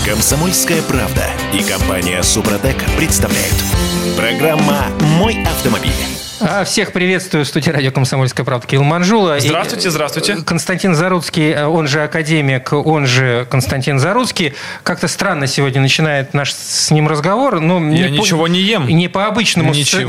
Комсомольская правда и компания «Супротек» представляют. Программа «Мой автомобиль». Всех приветствую в студии радио «Комсомольская правда» Кирилл Манжула. Здравствуйте, здравствуйте. Константин Заруцкий, он же академик, он же Константин Заруцкий. Как-то странно сегодня начинает наш с ним разговор. Но я ничего не ем. Не по обычному,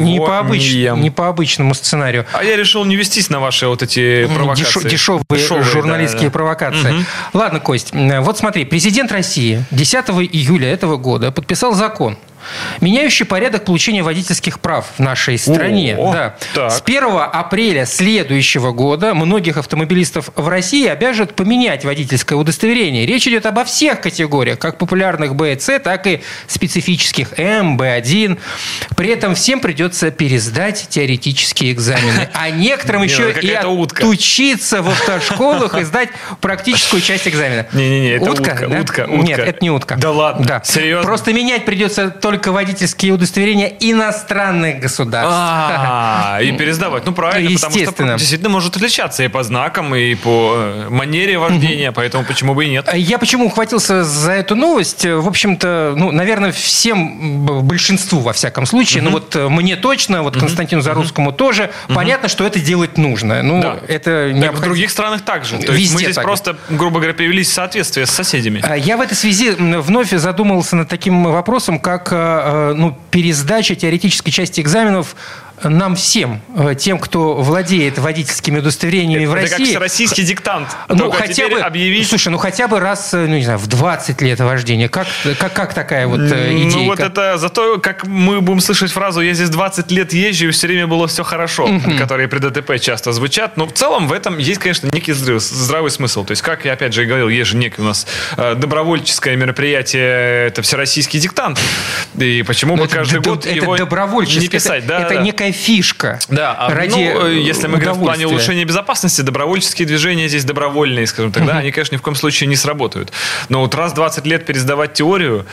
не по обычному сценарию. А я решил не вестись на ваши вот эти провокации. Дешевые журналистские провокации. Угу. Ладно, Кость, вот смотри. Президент России 10 июля этого года подписал закон, меняющий порядок получения водительских прав в нашей стране. С 1 апреля следующего года многих автомобилистов в России обяжут поменять водительское удостоверение. Речь идет обо всех категориях, как популярных Б и С, так и специфических М, Б1. При этом всем придется пересдать теоретические экзамены. А некоторым еще и отучиться в автошколах и сдать практическую часть экзамена. Не-не-не, это утка. Нет, это не утка. Да ладно? Серьезно? Просто менять придется только водительские удостоверения иностранных государств. И пересдавать. Ну, правильно, потому что действительно может отличаться и по знакам, и по манере вождения, поэтому почему бы и нет. Я почему ухватился за эту новость? В общем-то, наверное, всем, большинству, во всяком случае, мне точно, Константину Заруцкому тоже, понятно, что это делать нужно. Это необходимо. В других странах также. То есть мы здесь просто, грубо говоря, привелись в соответствие с соседями. Я в этой связи вновь задумался над таким вопросом, как пересдача теоретической части экзаменов нам всем, тем, кто владеет водительскими удостоверениями в России. Это как всероссийский диктант. Хотя бы объявить... Слушай, хотя бы раз, в 20 лет вождения. Как такая идея? Это зато, как мы будем слышать фразу «я здесь 20 лет езжу, и все время было все хорошо», которые при ДТП часто звучат. Но в целом в этом есть, конечно, некий здравый смысл. То есть, как я опять же и говорил, есть же некое у нас добровольческое мероприятие, это всероссийский диктант. И почему бы каждый год его не писать? Это некая фишка. Если мы говорим в плане улучшения безопасности, добровольческие движения здесь добровольные, скажем так, они, конечно, ни в коем случае не сработают. Но раз в 20 лет пересдавать теорию...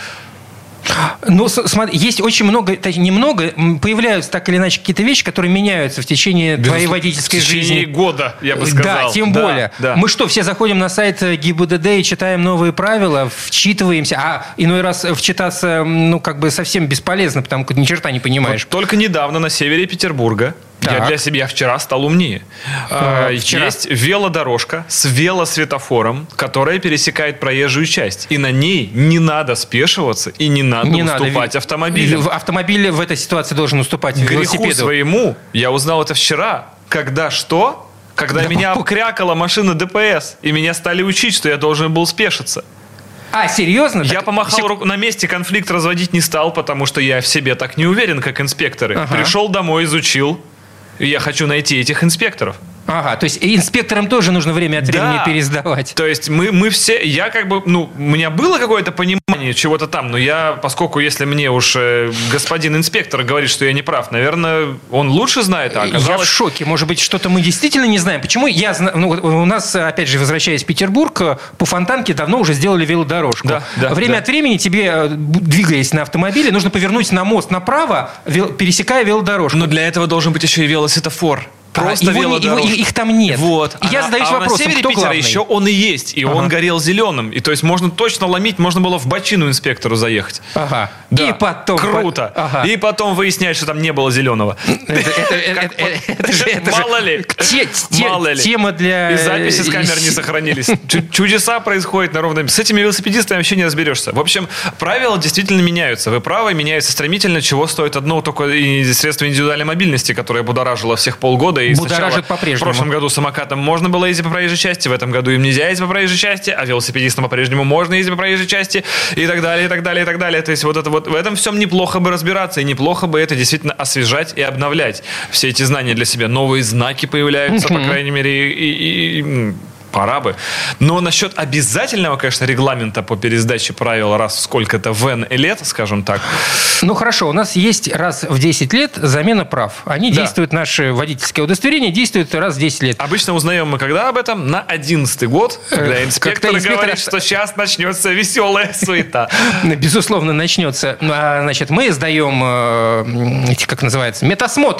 Смотри, есть очень много, появляются так или иначе какие-то вещи, которые меняются в течение твоей водительской жизни. В течение года, я бы сказал. Да, тем более. Да. Мы что, все заходим на сайт ГИБДД и читаем новые правила, вчитываемся, а иной раз вчитаться, совсем бесполезно, потому что ни черта не понимаешь. Только недавно на севере Петербурга я вчера стал умнее. Есть велодорожка с велосветофором, которая пересекает проезжую часть. И на ней не надо спешиваться и не надо уступать автомобилям. Автомобиль в этой ситуации должен уступать велосипеду. Греху своему я узнал это вчера. Когда меня обкрякала машина ДПС, и меня стали учить, что я должен был спешиться. Серьезно? Я помахал на месте, конфликт разводить не стал, потому что я в себе так не уверен, как инспекторы. Пришел домой, изучил. И я хочу найти этих инспекторов. То есть инспекторам тоже нужно время от времени пересдавать. То есть мы все, у меня было какое-то понимание чего-то там, но поскольку если мне уж господин инспектор говорит, что я не прав, наверное, он лучше знает, а оказалось... Я в шоке. Может быть, что-то мы действительно не знаем. Почему? У нас, опять же, возвращаясь в Петербург, по Фонтанке давно уже сделали велодорожку. Время от времени тебе, двигаясь на автомобиле, нужно повернуть на мост направо, пересекая велодорожку. Но для этого должен быть еще и велосветофор. Просто их там нет. И я задаюсь вопросом, на севере Питера еще он и есть, и он горел зеленым. И то есть можно точно ломить, можно было в бочину инспектору заехать. И потом... Круто. И потом выяснять, что там не было зеленого. Мало ли. Тема для... И записи с камер не сохранились. Чудеса происходят на ровном... С этими велосипедистами вообще не разберешься. В общем, правила действительно меняются. Вы правы, меняются стремительно. Чего стоит одно только средство индивидуальной мобильности, которое будоражило всех полгода. И будоражит по-прежнему. В прошлом году самокатом можно было ездить по проезжей части, в этом году им нельзя ездить по проезжей части, а велосипедистам по-прежнему можно ездить по проезжей части, и так далее, и так далее, и так далее. То есть в этом всем неплохо бы разбираться, и неплохо бы это действительно освежать и обновлять. Все эти знания для себя. Новые знаки появляются, по крайней мере, и пора бы. Но насчет обязательного, конечно, регламента по пересдаче правил раз в сколько-то лет, скажем так. Хорошо, у нас есть раз в 10 лет замена прав. Они действуют, наши водительские удостоверения действуют раз в 10 лет. Обычно узнаем мы когда об этом? На 11-й год, когда инспекторы говорят, что сейчас начнется веселая суета. Безусловно, начнется. Значит, мы сдаем, как называется, медосмотр.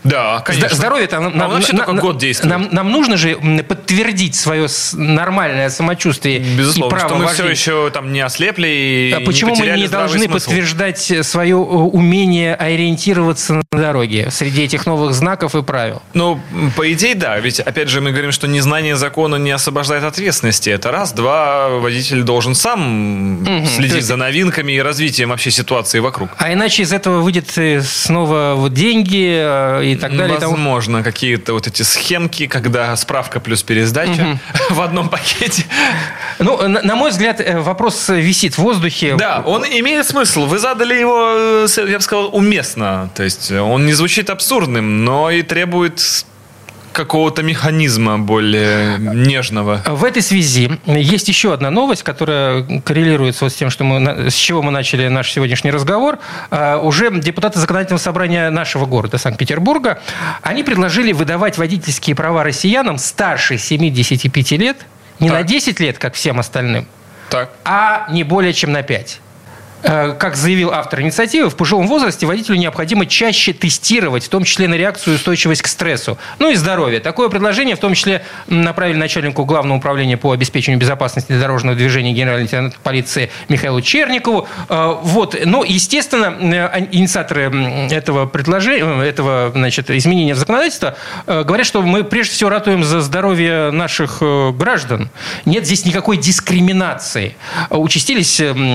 Да, конечно. Здоровье-то нам вообще только год действует. Нам нужно же подтвердить свое нормальное самочувствие. Безусловно, и право что мы вождения. все еще там не ослепли и Почему мы не должны подтверждать свое умение ориентироваться на дороге среди этих новых знаков и правил? Ну, по идее, да. Ведь, опять же, мы говорим, что незнание закона не освобождает от ответственности. Это раз. Два, водитель должен сам следить за новинками и развитием вообще ситуации вокруг. А иначе из этого выйдет снова вот деньги и так далее. Возможно, какие-то вот эти схемки, когда справка плюс пересдача в одном пакете. Ну, на мой взгляд, вопрос висит в воздухе. Да, он имеет смысл. Вы задали его, я бы сказал, уместно. То есть он не звучит абсурдным, но и требует какого-то механизма более нежного. В этой связи есть еще одна новость, которая коррелируется вот с тем, с чего мы начали наш сегодняшний разговор. Уже депутаты Законодательного собрания нашего города Санкт-Петербурга, они предложили выдавать водительские права россиянам старше 75 лет, не на 10 лет, как всем остальным, а не более чем на 5. Как заявил автор инициативы, в пожилом возрасте водителю необходимо чаще тестировать, в том числе на реакцию и устойчивость к стрессу. Ну и здоровье. Такое предложение в том числе направили начальнику Главного управления по обеспечению безопасности дорожного движения генерального лейтенанта полиции Михаилу Черникову. Вот. Ну, естественно, инициаторы этого предложения, изменения в законодательство говорят, что мы прежде всего ратуем за здоровье наших граждан. Нет здесь никакой дискриминации. Участились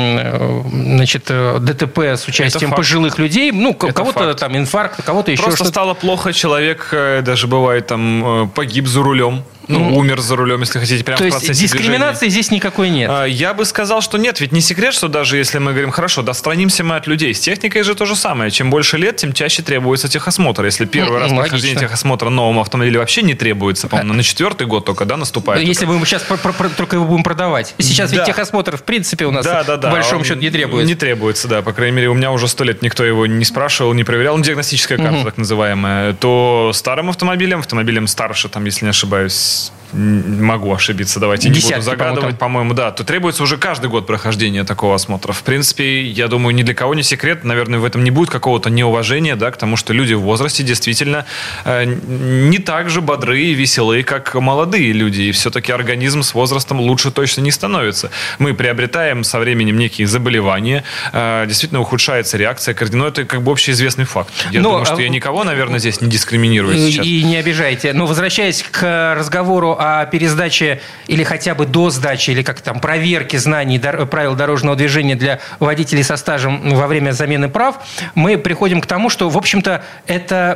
ДТП с участием пожилых людей. Ну, кого-то там инфаркт, кого-то еще что-то. Просто стало плохо, человек даже бывает там погиб за рулем. Умер за рулем, если хотите, прямо в процессе движения. То есть дискриминации здесь никакой нет? Я бы сказал, что нет. Ведь не секрет, что даже если мы говорим, хорошо, отстранимся мы от людей. С техникой же то же самое. Чем больше лет, тем чаще требуется техосмотр. Если первый раз прохождение техосмотра новому автомобилю вообще не требуется, по-моему, на 4-й год только, наступает. Если мы сейчас только его будем продавать. Сейчас ведь техосмотр, в принципе, у нас по большому счету не требуется. Не требуется, да. По крайней мере, у меня уже 100 лет никто его не спрашивал, не проверял. Диагностическая карта, так называемая. То старым автомобилем старше, там, если не ошибаюсь, могу ошибиться, давайте не буду загадывать, по-моему, да, то требуется уже каждый год прохождения такого осмотра. В принципе, я думаю, ни для кого не секрет, наверное, в этом не будет какого-то неуважения, да, к тому, что люди в возрасте действительно не так же бодры и веселые, как молодые люди, и все-таки организм с возрастом лучше точно не становится. Мы приобретаем со временем некие заболевания, действительно ухудшается реакция кардио, это как бы общеизвестный факт. Я думаю, что я никого, наверное, здесь не дискриминирую сейчас. И не обижайте. Но возвращаясь к разговору о пересдаче или хотя бы до сдачи, или как там проверки знаний правил дорожного движения для водителей со стажем во время замены прав, мы приходим к тому, что, в общем-то, это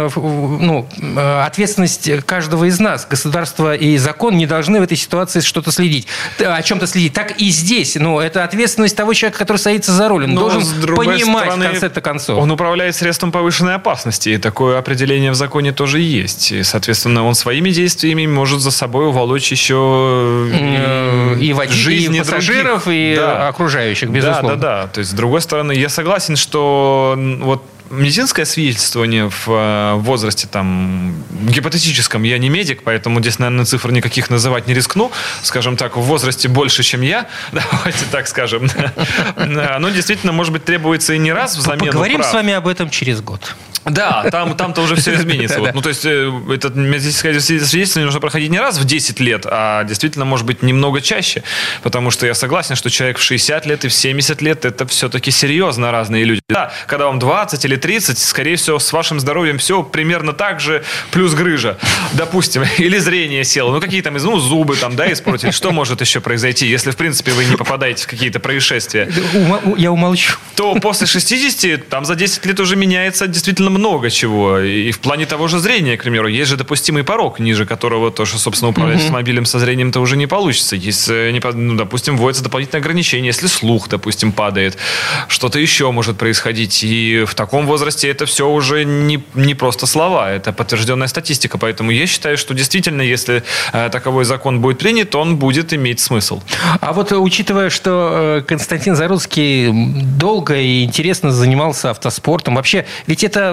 ответственность каждого из нас. Государство и закон не должны в этой ситуации что-то следить, о чем-то следить. Так и здесь. Это ответственность того человека, который садится за руль. Он должен понимать в конце-то концов. Он управляет средством повышенной опасности, и такое определение в законе тоже есть. И, соответственно, он своими действиями может за собой уволочь еще и водителей, и пассажиров, и окружающих, безусловно. Да. То есть, с другой стороны, я согласен, что медицинское свидетельствование в возрасте там гипотетическом, я не медик, поэтому здесь, наверное, цифр никаких называть не рискну, скажем так, в возрасте больше, чем я, давайте так скажем, оно действительно, может быть, требуется и не раз в замену Поговорим прав. с вами об этом через год. Да, там-то уже все изменится. То есть, это медицинское свидетельство нужно проходить не раз в 10 лет, а действительно, может быть, немного чаще. Потому что я согласен, что человек в 60 лет и в 70 лет это все-таки серьезно разные люди. Да, когда вам 20 или 30, скорее всего, с вашим здоровьем все примерно так же, плюс грыжа, допустим, или зрение село. Какие там, зубы там, испортили. Что может еще произойти, если, в принципе, вы не попадаете в какие-то происшествия? Я умолчу. То после 60, там за 10 лет уже меняется действительно много чего. И в плане того же зрения, к примеру, есть же допустимый порог, ниже которого то, что, собственно, управлять автомобилем со зрением-то уже не получится. Есть, допустим, вводится дополнительное ограничение, если слух, допустим, падает. Что-то еще может происходить. И в таком возрасте это все уже не просто слова, это подтвержденная статистика. Поэтому я считаю, что действительно, если таковой закон будет принят, он будет иметь смысл. А учитывая, что Константин Заруцкий долго и интересно занимался автоспортом, вообще, ведь это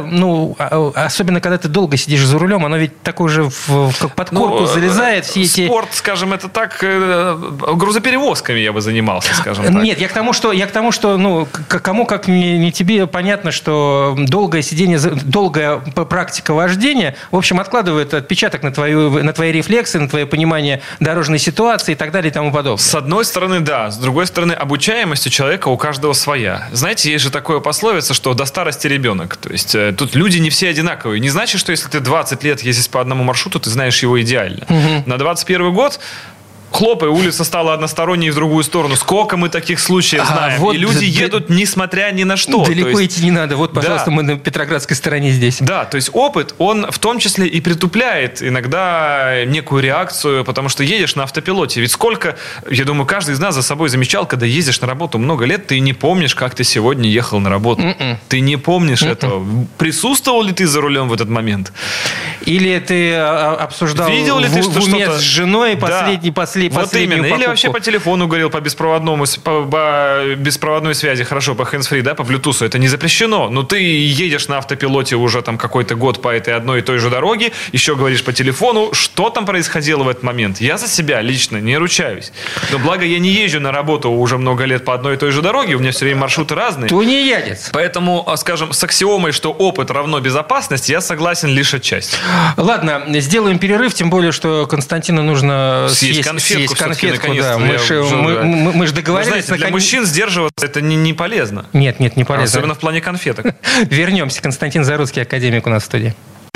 особенно когда ты долго сидишь за рулем, оно ведь такое же как под корпус залезает. Все эти... Спорт, скажем, это так, грузоперевозками я бы занимался, скажем так. Нет, я к тому, что кому как не тебе понятно, что долгое сидение, долгая практика вождения, в общем, откладывает отпечаток на твои рефлексы, на твое понимание дорожной ситуации и так далее и тому подобное. С одной стороны, да. С другой стороны, обучаемость у человека у каждого своя. Знаете, есть же такое пословица, что до старости ребенок. То есть тут люди не все одинаковые. Не значит, что если ты 20 лет ездишь по одному маршруту, ты знаешь его идеально. На 21 год... Хлопай, улица стала односторонней в другую сторону. Сколько мы таких случаев знаем. И люди едут, несмотря ни на что. Далеко идти не надо. Вот, пожалуйста, мы на Петроградской стороне здесь. Да, то есть опыт, он в том числе и притупляет иногда некую реакцию, потому что едешь на автопилоте. Ведь сколько, я думаю, каждый из нас за собой замечал, когда ездишь на работу много лет, ты не помнишь, как ты сегодня ехал на работу. Ты не помнишь этого. Присутствовал ли ты за рулем в этот момент? Или ты обсуждал видел ли ты, в уме с женой последнюю вот именно. покупку. Или вообще по телефону говорил по беспроводной связи, хорошо, по hands-free, да, по Bluetooth. Это не запрещено. Но ты едешь на автопилоте уже там какой-то год по этой одной и той же дороге, еще говоришь по телефону. Что там происходило в этот момент? Я за себя лично не ручаюсь. Но благо я не езжу на работу уже много лет по одной и той же дороге, у меня все время маршруты разные. Тунеядец. Поэтому, скажем, с аксиомой, что опыт равно безопасность, я согласен лишь отчасти. Ладно, сделаем перерыв, тем более, что Константину нужно съесть конфетку. Да. Мы же договорились. Знаете, для мужчин сдерживаться это не полезно. Нет, не полезно. Особенно в плане конфеток. Вернемся. Константин Заруцкий, академик, у нас в студии.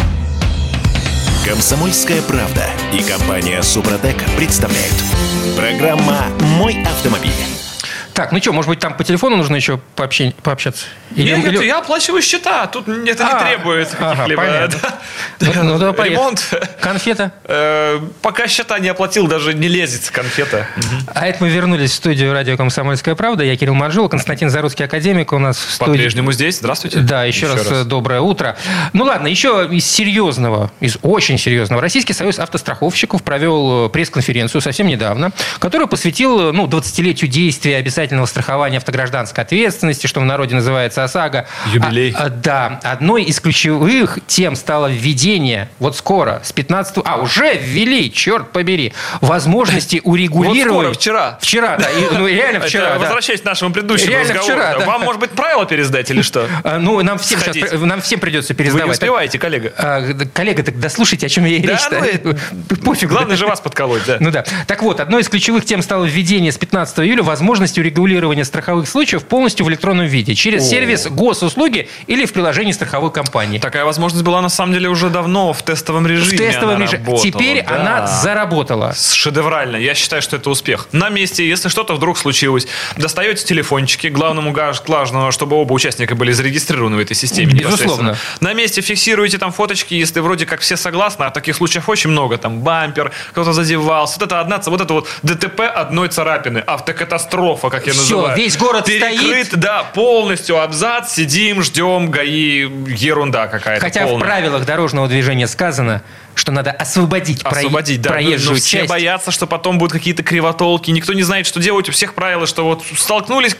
«Комсомольская правда» и компания «Супротек» представляют. Программа «Мой автомобиль». Так, ну что, может быть, там по телефону нужно еще пообщаться? Нет, я оплачиваю счета, тут это не требует каких-либо... Ну, давай ремонт. Конфета? Пока счета не оплатил, даже не лезет конфета. А это мы вернулись в студию радио «Комсомольская правда». Я Кирилл Манжул, Константин Заруцкий, академик у нас в студии. По-прежнему здесь. Здравствуйте. Да, еще раз доброе утро. Ну ладно, еще из очень серьезного. Российский союз автостраховщиков провел пресс-конференцию совсем недавно, которую посвятил 20-летию действия обязательного страхования автогражданской ответственности, что в народе называется ОСАГО. Юбилей. Да. Одной из ключевых тем стало введение, вот скоро, с 15... уже ввели, черт побери, возможности урегулировать... Вот скоро, вчера. Вчера, да. Реально вчера, да. Возвращаясь к нашему предыдущему разговору. Вчера, да. Вам, может быть, правила пересдать или что? Нам всем придется пересдавать. Вы не успеваете, коллега. Коллега, так дослушайте, о чем я и речь-то. Пофиг. Главное же вас подколоть, да. Ну да. Так вот, одной из ключевых тем стало введение с 15 июля возможности урегулирования страховых случаев полностью в электронном виде через сервис госуслуги или в приложении страховой компании. Такая возможность была на самом деле уже давно в тестовом режиме. Теперь она заработала. Шедеврально. Я считаю, что это успех. На месте, если что-то вдруг случилось, достаете телефончики главному главному, чтобы оба участника были зарегистрированы в этой системе. Безусловно. На месте фиксируете там фоточки, если вроде как все согласны, а таких случаев очень много. Там бампер, кто-то задевался. Вот это ДТП одной царапины. Автокатастрофа, как я называю. Весь город перекрыт, стоит. Да, полностью абзац, сидим, ждем, ГАИ, ерунда какая-то. Хотя полная. В правилах дорожного движения сказано, что надо освободить проезжую часть. Все боятся, что потом будут какие-то кривотолки. Никто не знает, что делать. У всех правила, что вот столкнулись,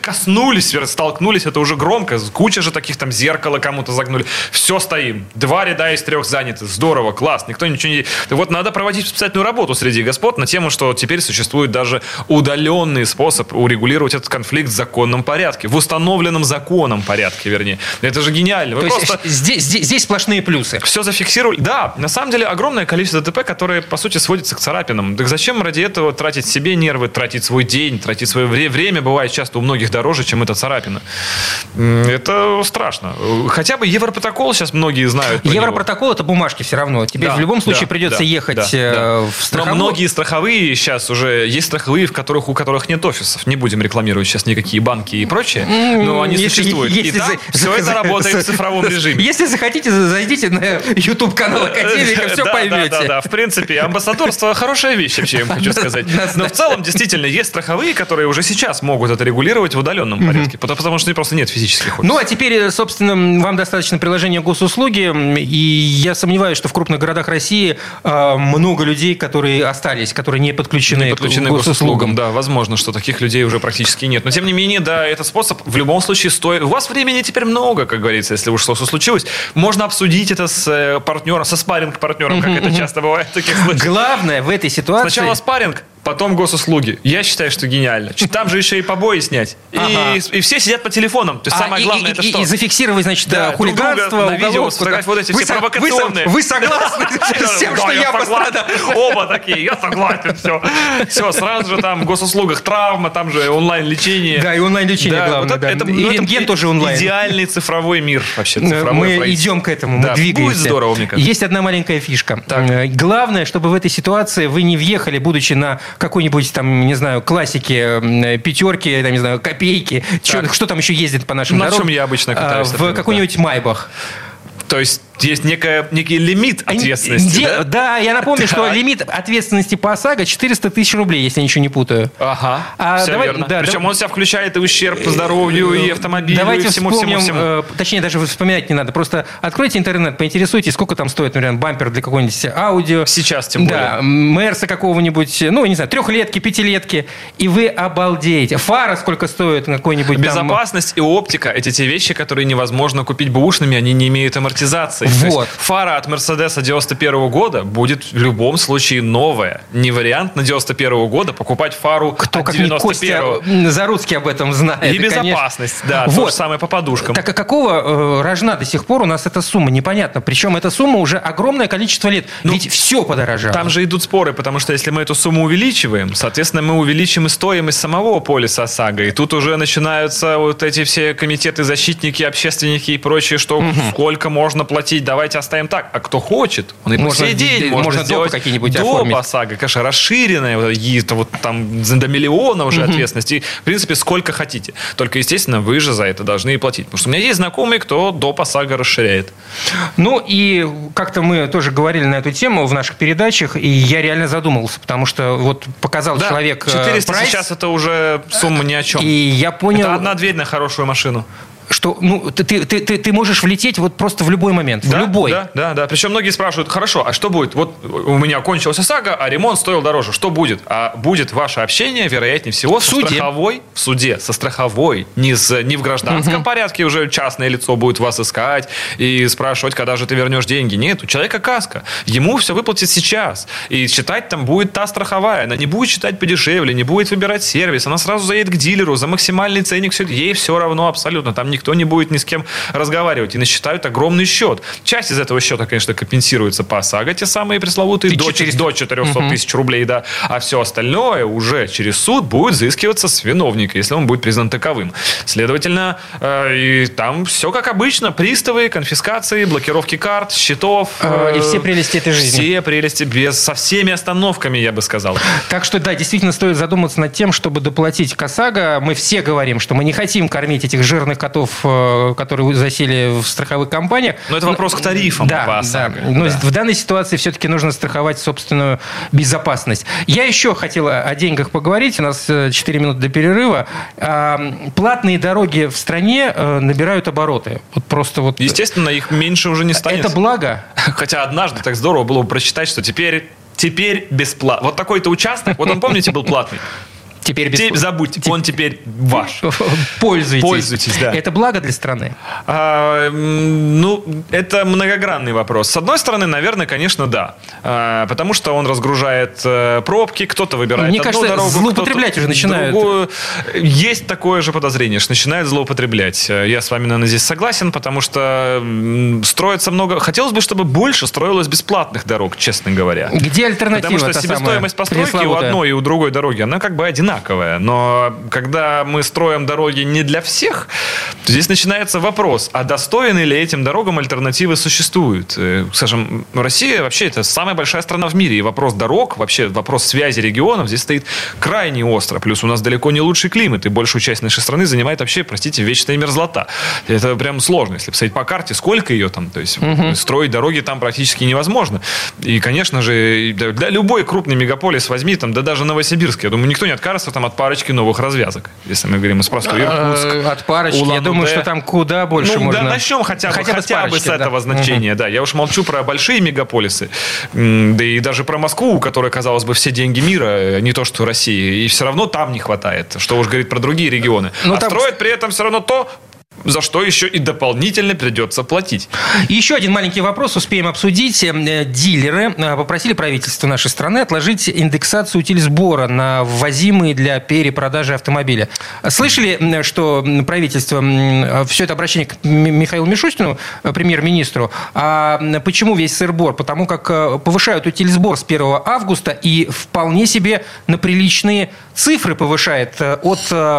это уже громко. Куча же таких там зеркало кому-то загнули. Все, стоим. 2 ряда из 3 заняты. Здорово, класс. Никто ничего не... Вот надо проводить специальную работу среди господ на тему, что теперь существует даже удаленный способ урегулировать этот конфликт в законном порядке. В установленном законом порядке, вернее. Это же гениально. То есть здесь сплошные плюсы. Все зафиксировали. Да, на самом деле огромное количество ДТП, которые, по сути, сводятся к царапинам. Так зачем ради этого тратить себе нервы, тратить свой день, тратить свое время? Бывает часто у многих дороже, чем эта царапина. Это страшно. Хотя бы Европротокол сейчас многие знают. Европротокол — это бумажки все равно. Тебе в любом случае придется ехать в страховую. Но многие страховые сейчас уже... Есть страховые, у которых нет офисов. Не будем рекламировать сейчас никакие банки и прочее. Но они существуют. И там все это работает в цифровом режиме. Если захотите, зайдите на YouTube-канал Академика. Все поймете. Да. В принципе, амбассадорство хорошая вещь, вообще, я вам хочу сказать. Но в целом, действительно, есть страховые, которые уже сейчас могут это регулировать в удаленном порядке, потому что просто нет физических офисов. Ну, а теперь, собственно, вам достаточно приложения госуслуги, и я сомневаюсь, что в крупных городах России много людей, которые остались, которые не подключены к госуслугам. Да, возможно, что таких людей уже практически нет. Но, тем не менее, да, этот способ в любом случае стоит. У вас времени теперь много, как говорится, если уж что-то случилось. Можно обсудить это с партнером, со спарринг-партнером, как это часто бывает в таких случаях. Главное в этой ситуации... Сначала спарринг, потом госуслуги. Я считаю, что гениально. Там же еще и побои снять. И все сидят по телефонам. То есть самое главное, это что? И зафиксировать, значит, хулиганство, на видео сфотографировать вот эти все провокационные. Вы согласны с тем, что я пострадал? Оба такие, я согласен, все. Все, сразу же там в госуслугах травма, там же онлайн-лечение. Да, и онлайн-лечение главное. И рентген тоже онлайн. Идеальный цифровой мир вообще. Мы идем к этому, мы двигаемся. Будет здорово, мне кажется. Есть одна маленькая фишка. Главное, чтобы в этой ситуации вы не въехали, будучи на какой-нибудь там, не знаю, классики, пятерки, там, не знаю, копейки, что там еще ездит по нашим дорогам. На чем я обычно катаюсь. В какой-нибудь Майбах. То есть есть некий лимит ответственности, да? Да, я напомню, что лимит ответственности по ОСАГО 400 тысяч рублей, если я ничего не путаю. Ага, все верно. Причем он себя включает и ущерб здоровью, и автомобилю, давайте и всему. Точнее, даже вспоминать не надо. Просто откройте интернет, поинтересуйтесь, сколько там стоит, например, бампер для какой-нибудь аудио. Сейчас, тем более. Да, Мерса какого-нибудь, ну, не знаю, 3-летки, 5-летки, и вы обалдеете. Фара сколько стоит какой-нибудь там... Безопасность и оптика – это те вещи, которые невозможно купить бэушными, они не имеют амортизации. Вот. Фара от Мерседеса 91 года будет в любом случае новая. Не вариант на 91 года покупать фару Кто, от как 91-го. Костя Заруцкий об этом знает. И безопасность, да, вот. То же самое по подушкам. Так а какого рожна до сих пор у нас эта сумма? Непонятно. Причем эта сумма уже огромное количество лет. Ведь все подорожало. Там же идут споры, потому что если мы эту сумму увеличиваем, соответственно, мы увеличим и стоимость самого полиса ОСАГО. И тут уже начинаются вот эти все комитеты, защитники, общественники и прочее, что сколько можно платить, давайте оставим так. А кто хочет, он и по сей день можно сделать какие-нибудь доп. ОСАГО, конечно, расширенное, вот там до миллиона уже ответственности. В принципе, сколько хотите. Только, естественно, вы же за это должны и платить. Потому что у меня есть знакомые, кто доп. ОСАГО расширяет. Ну, и как-то мы тоже говорили на эту тему в наших передачах, и я реально задумался, потому что вот показал человек 400 прайс, сейчас это уже сумма ни о чем. И я понял... Это одна дверь на хорошую машину. Что, ты можешь влететь вот просто в любой момент, в любой. Да. Причем многие спрашивают, хорошо, а что будет? Вот у меня кончилась ОСАГО, а ремонт стоил дороже. Что будет? А будет ваше общение, вероятнее всего, страховой, в суде, со страховой, не в гражданском порядке уже частное лицо будет вас искать и спрашивать, когда же ты вернешь деньги. Нет, у человека каска. Ему все выплатят сейчас. И считать там будет та страховая. Она не будет считать подешевле, не будет выбирать сервис. Она сразу заедет к дилеру за максимальный ценник. Ей все равно абсолютно. Там никто не будет ни с кем разговаривать. И насчитают огромный счет. Часть из этого счета, конечно, компенсируется по ОСАГО, те самые пресловутые до 400 тысяч рублей, да. А все остальное уже через суд будет взыскиваться с виновника, если он будет признан таковым. Следовательно, и там все как обычно. Приставы, конфискации, блокировки карт, счетов. И все прелести этой жизни. Все прелести, со всеми остановками, я бы сказал. Так что, да, действительно стоит задуматься над тем, чтобы доплатить к ОСАГО. Мы все говорим, что мы не хотим кормить этих жирных котов, которые засели в страховых компаниях. Но это вопрос к тарифам по ОСАГО. Да. Но в данной ситуации все-таки нужно страховать собственную безопасность. Я еще хотел о деньгах поговорить. У нас 4 минуты до перерыва. Платные дороги в стране набирают обороты. Вот просто вот... Естественно, их меньше уже не станет. Это благо. Хотя однажды так здорово было бы прочитать, что теперь бесплатно. Вот такой-то участок, вот он, помните, был платный. Теперь забудьте, он теперь ваш. Пользуйтесь, да. Это благо для страны? Это многогранный вопрос. С одной стороны, наверное, конечно, да. Потому что он разгружает пробки, кто-то выбирает Мне одну кажется, дорогу, злоупотреблять уже начинают. Другую. Есть такое же подозрение, что начинают злоупотреблять. Я с вами, наверное, здесь согласен, потому что строится много... Хотелось бы, чтобы больше строилось бесплатных дорог, честно говоря. Где альтернатива? Потому что себестоимость постройки у одной и у другой дороги, она как бы одинаковая. одинаковая. Но когда мы строим дороги не для всех, то здесь начинается вопрос, а достойны ли этим дорогам альтернативы существуют? Скажем, Россия вообще это самая большая страна в мире, и вопрос дорог, вообще вопрос связи регионов здесь стоит крайне остро. Плюс у нас далеко не лучший климат, и большую часть нашей страны занимает вообще, простите, вечная мерзлота. Это прям сложно. Если посмотреть по карте, сколько ее там, то есть строить дороги там практически невозможно. И, конечно же, для любой крупный мегаполис возьми, там, да даже Новосибирск, я думаю, никто не откажется там от парочки новых развязок, если мы говорим из простой Иркутск. От парочки, я думаю, что там куда больше можно. Да, начнем хотя бы с этого да. значения, да. Я уж молчу про большие мегаполисы, да и даже про Москву, у которой, казалось бы, все деньги мира, не то что России, и все равно там не хватает, что уж говорить про другие регионы. Но там строят при этом все равно то, за что еще и дополнительно придется платить. Еще один маленький вопрос успеем обсудить. Дилеры попросили правительство нашей страны отложить индексацию утильсбора на ввозимые для перепродажи автомобиля. Слышали, что правительство, все это обращение к Михаилу Мишустину, премьер-министру, а почему весь сыр-бор? Потому как повышают утильсбор с 1 августа и вполне себе на приличные цифры повышает от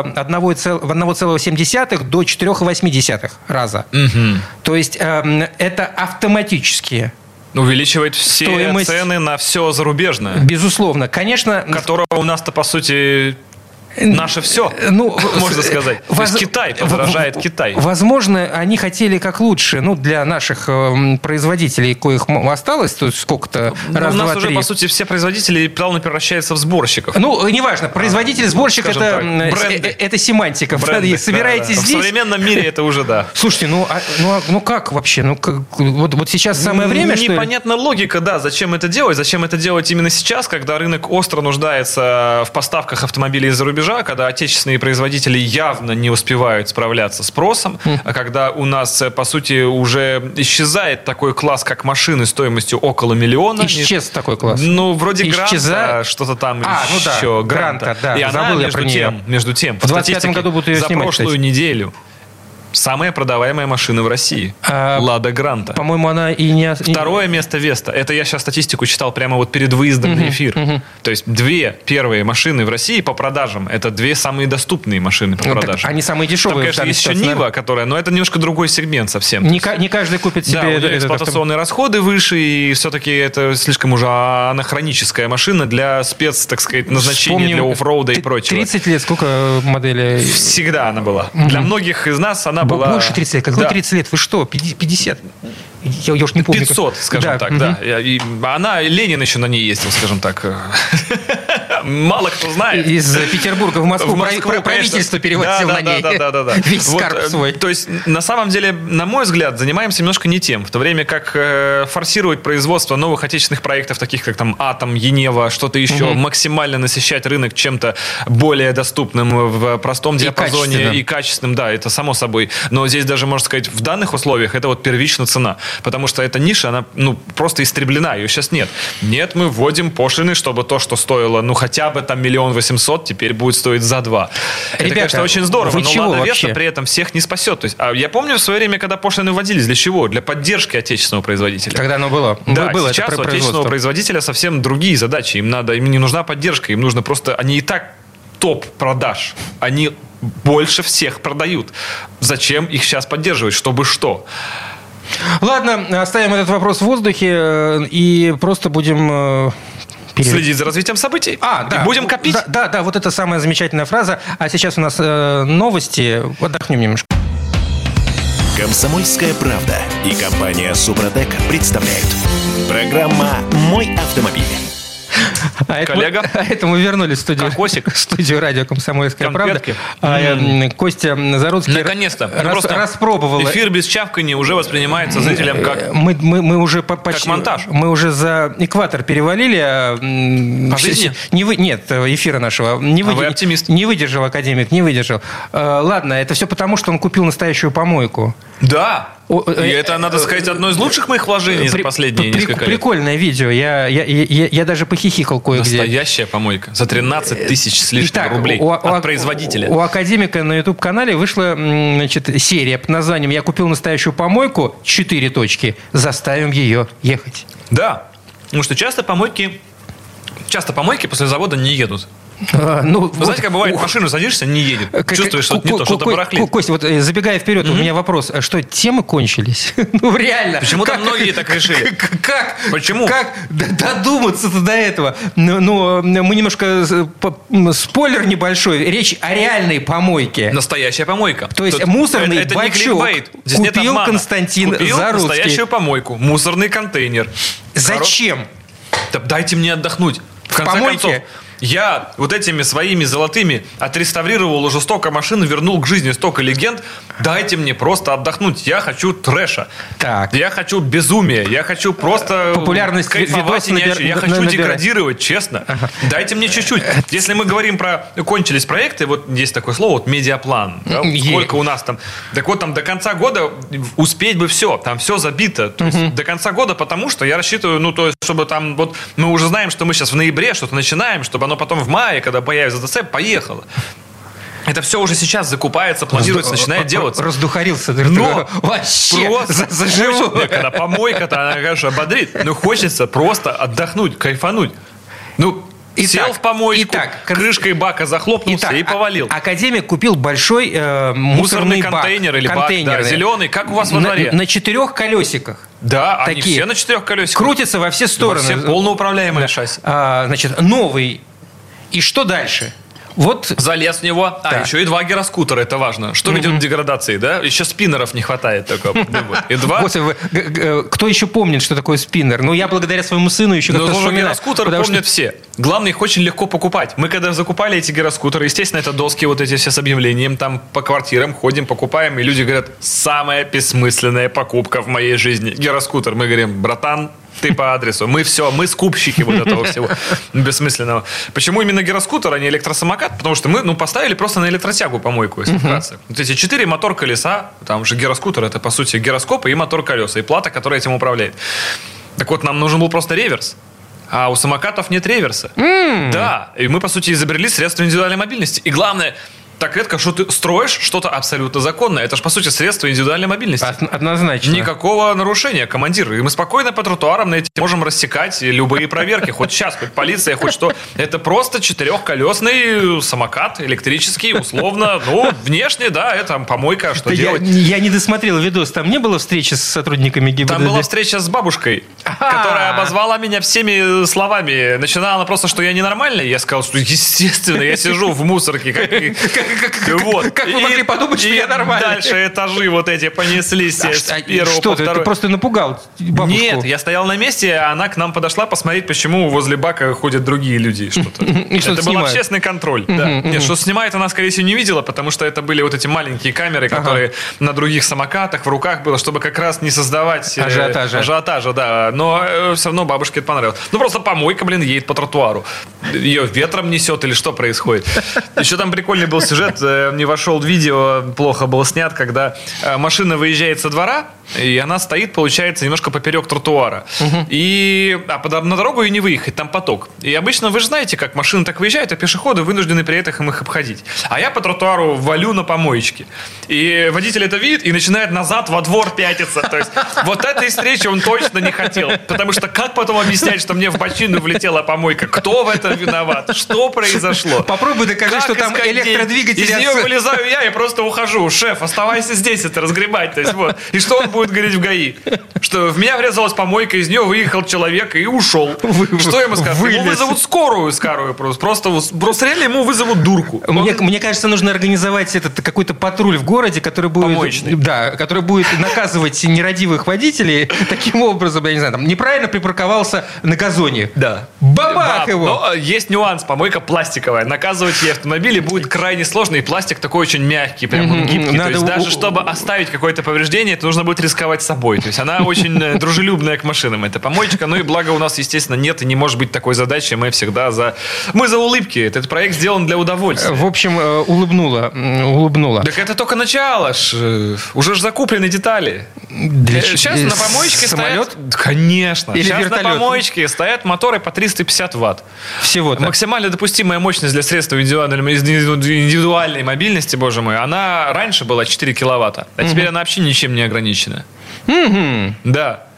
1,7 до 4,8 раза. Угу. То есть это автоматически увеличивает все цены на все зарубежное. Безусловно. Конечно. Которого у нас-то, по сути, наше все, можно сказать. То есть Китай подорожает Китай. Возможно, они хотели как лучше, для наших производителей, коих осталось, то есть сколько-то раз, у нас два, уже, три. по сути, все производители плавно превращаются в сборщиков. Неважно, производитель, сборщик это семантика. Бренды, собираетесь да. здесь. В современном мире это уже да. Слушайте, как вообще? Вот сейчас самое время, что ли? Непонятна логика, да, зачем это делать? Зачем это делать именно сейчас, когда рынок остро нуждается в поставках автомобилей из-за рубежа, когда отечественные производители явно не успевают справляться с спросом, а когда у нас, по сути, уже исчезает такой класс, как машины стоимостью около миллиона. Исчез такой класс. Вроде Гранта, что-то там еще. Гранта, да. И она, между тем, в 2025 году будут ее за снимать, прошлую неделю самая продаваемая машина в России. Лада Гранта. По-моему, она и не... Второе место Веста. Это я сейчас статистику читал прямо вот перед выездом на эфир. То есть 2 первые машины в России по продажам. Это 2 самые доступные машины по продажам. Они самые дешевые. Там, конечно, есть еще Нива, которая... Но это немножко другой сегмент совсем. Не каждый купит себе... Да, у нее эксплуатационные расходы выше, и все-таки это слишком уже анахроническая машина для так сказать, назначения для оффроуда и прочего. 30 лет, сколько моделей? Всегда она была. Для многих из нас она была... Больше 30 лет. Какой 30 лет? Вы что? 50? Я уж не помню. 500, скажем так, да. И Ленин еще на ней ездил, скажем так. Мало кто знает. Из Петербурга в Москву правительство перевозил на ней. Да. Весь скарб свой. То есть, на самом деле, на мой взгляд, занимаемся немножко не тем. В то время как форсировать производство новых отечественных проектов, таких как там Атом, Енева, что-то еще, максимально насыщать рынок чем-то более доступным в простом диапазоне и качественным, да, это само собой. Но здесь даже, можно сказать, в данных условиях это вот первичная цена. Потому что эта ниша, она просто истреблена, ее сейчас нет. Нет, мы вводим пошлины, чтобы то, что стоило, хотя бы там 1 800 000, теперь будет стоить за 2. Ребята, это, конечно, очень здорово, но Лада Веста при этом всех не спасет. То есть, я помню в свое время, когда пошлины вводились, для чего? Для поддержки отечественного производителя. Когда оно было. Да, было сейчас у отечественного производителя совсем другие задачи. Им не нужна поддержка, им нужно просто... Они и так топ продаж. Они больше всех продают. Зачем их сейчас поддерживать? Чтобы что? Ладно, оставим этот вопрос в воздухе и просто будем... Следить за развитием событий. Да. И будем копить. Да, вот это самая замечательная фраза. А сейчас у нас новости. Отдохнем немножко. «Комсомольская правда» и компания «Супротек» представляют. Программа «Мой автомобиль». Коллега? Это мы вернулись в студию радио «Комсомольская правда». Костя Заруцкий наконец-то распробовал. Эфир без чавкания уже воспринимается зрителям как мы уже почти... Как монтаж. Мы уже за экватор перевалили. По жизни? Нет, эфира нашего. Вы оптимист. Не выдержал академик, не выдержал. Ладно, это все потому, что он купил настоящую помойку. Да. И это, надо сказать, одно из лучших моих вложений за последние несколько лет. Прикольное видео. Я даже похихикал кое-где. Настоящая помойка. За 13 тысяч с лишним рублей от производителя. У академика на YouTube-канале вышла серия под названием «Я купил настоящую помойку, 4 точки. Заставим ее ехать». Да. Потому что часто помойки после завода не едут. Ну, знаете, как бывает, в машину садишься, не едет. Чувствуешь, что не то, что-то барахлит. Костя, вот забегая вперед, у меня вопрос. Что, темы кончились? Ну, реально. Почему-то многие так решили. Как? Почему? Как додуматься-то до этого? Ну, мы немножко... Спойлер небольшой. Речь о реальной помойке. Настоящая помойка. То есть мусорный это бачок не кликбейт. Здесь нет купил обмана. Константин Купил Заруцкий. настоящую помойку. Мусорный контейнер. Зачем? Да дайте мне отдохнуть. В конце помойке? концов, я вот этими своими золотыми отреставрировал жестоко машину, вернул к жизни столько легенд. Дайте мне просто отдохнуть. Я хочу трэша. Так. Я хочу безумия. Я хочу просто популярность кайфовать и видос я хочу деградировать, честно. Дайте мне чуть-чуть. Если мы говорим про кончились проекты, вот есть такое слово, вот медиаплан. Да, сколько у нас там. Так вот там до конца года успеть бы все. Там все забито. То есть до конца года, потому что я рассчитываю, ну то есть, чтобы там вот мы уже знаем, что мы сейчас в ноябре что-то начинаем, чтобы оно потом в мае, когда появится ДЦ, поехало. Это все уже сейчас закупается, планируется, начинает делаться. Раздухарился. Но вообще просто заживу. когда помойка-то, она, конечно, бодрит. Но хочется просто отдохнуть, кайфануть. Ну, сел в помойку, крышкой бака захлопнулся и повалил. Академик купил большой мусорный контейнер или бак, да, зеленый, как у вас во дворе. На 4 колесиках. Да, они все на 4 колесиках. Крутятся во все стороны. Все полноуправляемые шасси. Значит, новый. И что дальше? Вот. Залез в него. Еще и 2 гироскутера, это важно. Что ведет к деградации, да? Еще спиннеров не хватает только. И 2. Кто еще помнит, что такое спиннер? Ну, я благодаря своему сыну еще как-то вспоминаю. Гироскутер помнят все. Главное, их очень легко покупать. Мы когда закупали эти гироскутеры, естественно, это доски вот эти все с объявлением, там по квартирам ходим, покупаем, и люди говорят, самая бессмысленная покупка в моей жизни. Гироскутер. Мы говорим, братан, ты по адресу. Мы скупщики вот этого всего бессмысленного. Почему именно гироскутер, а не электросамокат? Потому что мы, поставили просто на электротягу помойку, если вкратце. Вот эти 4 мотор-колеса, там же гироскутер, это по сути гироскоп и мотор-колеса, и плата, которая этим управляет. Так вот, нам нужен был просто реверс. А у самокатов нет реверса. Да, и мы, по сути, изобрели средства индивидуальной мобильности. И главное, так редко, что ты строишь что-то абсолютно законное. Это же, по сути, средство индивидуальной мобильности. Однозначно. Никакого нарушения, командир. И мы спокойно по тротуарам на эти можем рассекать любые проверки. Хоть сейчас, хоть полиция, хоть что. Это просто 4-колесный самокат электрический, условно. Ну, внешне, да, это помойка. Что делать? Я не досмотрел видос. Там не было встречи с сотрудниками ГИБДД? Там была встреча с бабушкой, которая обозвала меня всеми словами. Начинала она просто, что я ненормальный. Я сказал, что, естественно, я сижу в мусорке, Как вы могли подумать, что я нормальный? Дальше этажи вот эти понеслись с первого по второй. Ты просто напугал бабушку? Нет, я стоял на месте, а она к нам подошла посмотреть, почему возле бака ходят другие люди. Это был общественный контроль. Нет, что снимает, она, скорее всего, не видела, потому что это были вот эти маленькие камеры, которые на других самокатах в руках было, чтобы как раз не создавать ажиотажа, да. Но все равно бабушке это понравилось. Ну, просто помойка, едет по тротуару. Ее ветром несет или что происходит? Еще там прикольный был сюжет, не вошел в видео, плохо был снят, когда машина выезжает со двора, и она стоит, получается, немножко поперек тротуара. На дорогу и не выехать, там поток. И обычно вы же знаете, как машины так выезжают, а пешеходы вынуждены при этом их обходить. А я по тротуару валю на помоечке. И водитель это видит и начинает назад во двор пятиться. То есть вот этой встречи он точно не хотел. Потому что как потом объяснять, что мне в бочину влетела помойка? Кто в этом виноват? Что произошло? Попробуй докажи, что там электродвигатель. Из нее вылезаю я и просто ухожу. Шеф, оставайся здесь это разгребать. То есть, вот. И что он будет говорить в ГАИ? Что в меня врезалась помойка, из нее выехал человек и ушел. Что ему скажут? Ему вызовут скорую просто реально ему вызовут дурку. Мне кажется, нужно организовать какой-то патруль в городе, который будет наказывать нерадивых водителей таким образом, я не знаю, неправильно припарковался на газоне. Да. Бабах его! Но есть нюанс, помойка пластиковая. Наказывать ей автомобили будет крайне сложно, и пластик такой очень мягкий, прям гибкий. То есть даже чтобы оставить какое-то повреждение, это нужно будет рисковать собой. То есть она очень дружелюбная к машинам, эта помоечка. Ну и благо у нас, естественно, нет и не может быть такой задачи. Мы всегда за улыбки. Этот проект сделан для удовольствия. В общем, улыбнула. Так это только начало. Уже закуплены детали. Сейчас на помоечке самолет? стоят... Конечно. Или сейчас вертолет? На помоечке стоят моторы по 350 ватт. Всего-то. Максимально допустимая мощность для средств индивидуальной мобильности, боже мой, она раньше была 4 киловатта, а теперь она вообще ничем не ограничена. Да.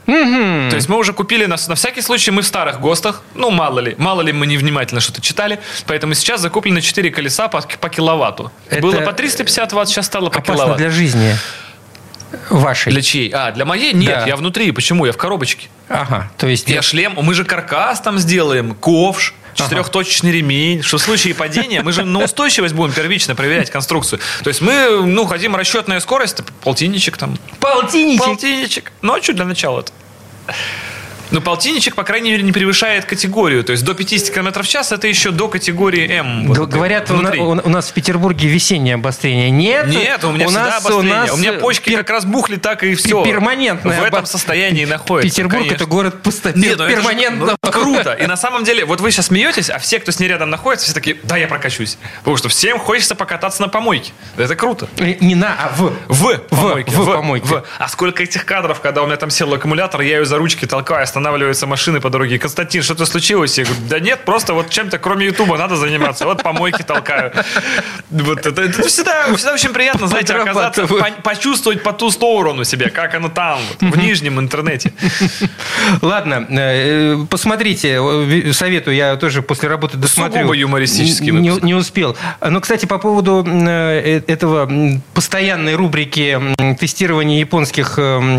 То есть мы уже купили, на всякий случай мы в старых ГОСТах, ну мало ли мы невнимательно что-то читали, поэтому сейчас закуплены 4 колеса по киловатту. Это было по 350 ватт, сейчас стало по опасно киловатту. для жизни вашей. Для чьей? Для моей? Нет, Да. я внутри. Почему? Я в коробочке. Ага, то есть... Я шлем, мы же каркас там сделаем, ковш, 4-точечный ремень, что в случае падения мы же на устойчивость будем первично проверять конструкцию. То есть мы, хотим расчетная скорость, полтинничек там. Полтинничек. Ну, а что для начала-то? Но полтинничек, по крайней мере, не превышает категорию. То есть до 50 км в час это еще до категории М. Говорят, у нас в Петербурге весеннее обострение. Нет, у меня всегда обострение. У меня почки как раз бухли, так и все. Перманентное. В этом состоянии находится. Петербург конечно. это город перманентно. Круто. И на самом деле, вот вы сейчас смеетесь, а все, кто с ней рядом находится, все такие, да, я прокачусь. Потому что всем хочется покататься на помойке. Это круто. Не на, а в помойке. А сколько этих кадров, когда у меня там сел аккумулятор, я ее за ручки толкаю, останавливаются машины по дороге. Константин, что-то случилось? Я говорю, да нет, просто вот чем-то кроме Ютуба надо заниматься. Вот помойки толкаю. Вот это всегда очень приятно, знаете, оказаться, почувствовать по ту сторону себя, как оно там, в нижнем интернете. Ладно, посмотрите, советую, я тоже после работы досмотрю. Сугубо юмористический выпуск. Не успел. Но, кстати, по поводу этого постоянной рубрики тестирования японских...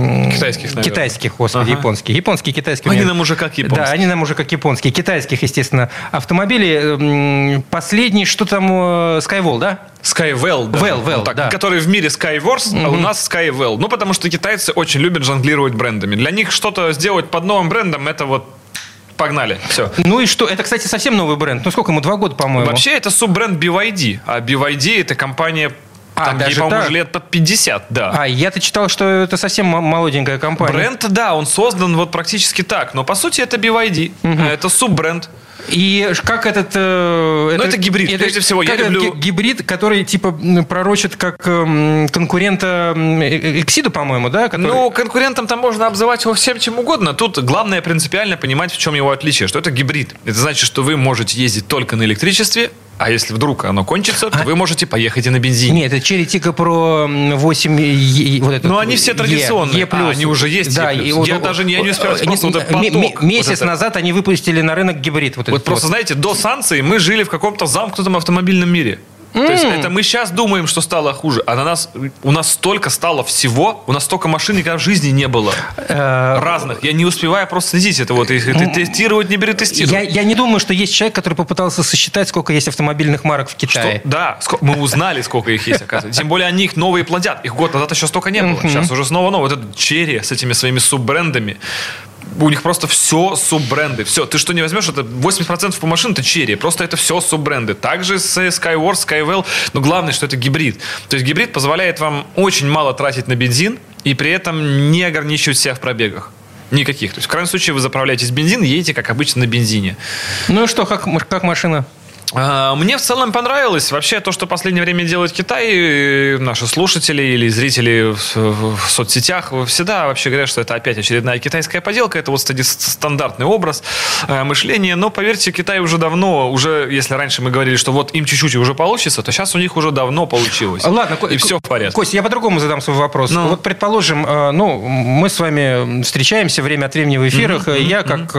Китайских, господи, японских. Японские, китайские. Они нам уже как японские. Да, они нам уже как японские. Китайских, естественно, автомобилей. Последний, что там, Skywell, да? Skywell, да. Well, так, да. Который в мире Skyworth, а у нас Skywell. Ну, потому что китайцы очень любят жонглировать брендами. Для них что-то сделать под новым брендом, это вот погнали, все. Ну и что? Это, кстати, совсем новый бренд. Ну, сколько ему, 2 года, по-моему? Вообще, это суббренд BYD. А BYD это компания... Там ей, по-моему, уже лет под 50, да. Я-то читал, что это совсем молоденькая компания. Бренд, да, он создан вот практически так. Но, по сути, это BYD. Это суббренд. И как этот... это гибрид, прежде всего. Я люблю... Гибрид, который, типа, пророчит как конкурента Эксиду, по-моему, да? Который... Ну, конкурентом там можно обзывать его всем чем угодно. Тут главное принципиально понимать, в чем его отличие. Что это гибрид. Это значит, что вы можете ездить только на электричестве, а если вдруг оно кончится, то вы можете поехать и на бензине. Нет, это Cherry Tiggo Pro 8. Вот этот, они все традиционные. Они уже есть. Да, я не успел просто вот этот поток. Месяц назад они выпустили на рынок гибрид. Вот просто, знаете, до санкций мы жили в каком-то замкнутом автомобильном мире. То есть это мы сейчас думаем, что стало хуже, а у нас столько стало всего, у нас столько машин никогда в жизни не было разных. Я не успеваю просто следить это вот, их тестировать, не перетестировать. Я не думаю, что есть человек, который попытался сосчитать, сколько есть автомобильных марок в Китае. Да, мы узнали, сколько их есть, оказывается. Тем более они их новые плодят. Их год назад еще столько не было. Сейчас уже снова новое. Вот этот Cherry с этими своими суббрендами. У них просто все суббренды. Все. Ты что не возьмешь, это 80% по машин это Cherry. Просто это все суббренды. Также с Skyworth, Skywell. Но главное, что это гибрид. То есть гибрид позволяет вам очень мало тратить на бензин и при этом не ограничивать себя в пробегах. Никаких. То есть в крайнем случае вы заправляетесь бензин и едете, как обычно, на бензине. Ну и что, как машина? Мне в целом понравилось. Вообще то, что в последнее время делает Китай, наши слушатели или зрители в соцсетях всегда вообще говорят, что это опять очередная китайская поделка. Это вот стандартный образ мышления. Но поверьте, Китай уже давно, если раньше мы говорили, что вот им чуть-чуть уже получится, то сейчас у них уже давно получилось. Ладно, и все в порядке. Кость, я по-другому задам свой вопрос. Вот предположим, мы с вами встречаемся время от времени в эфирах. Я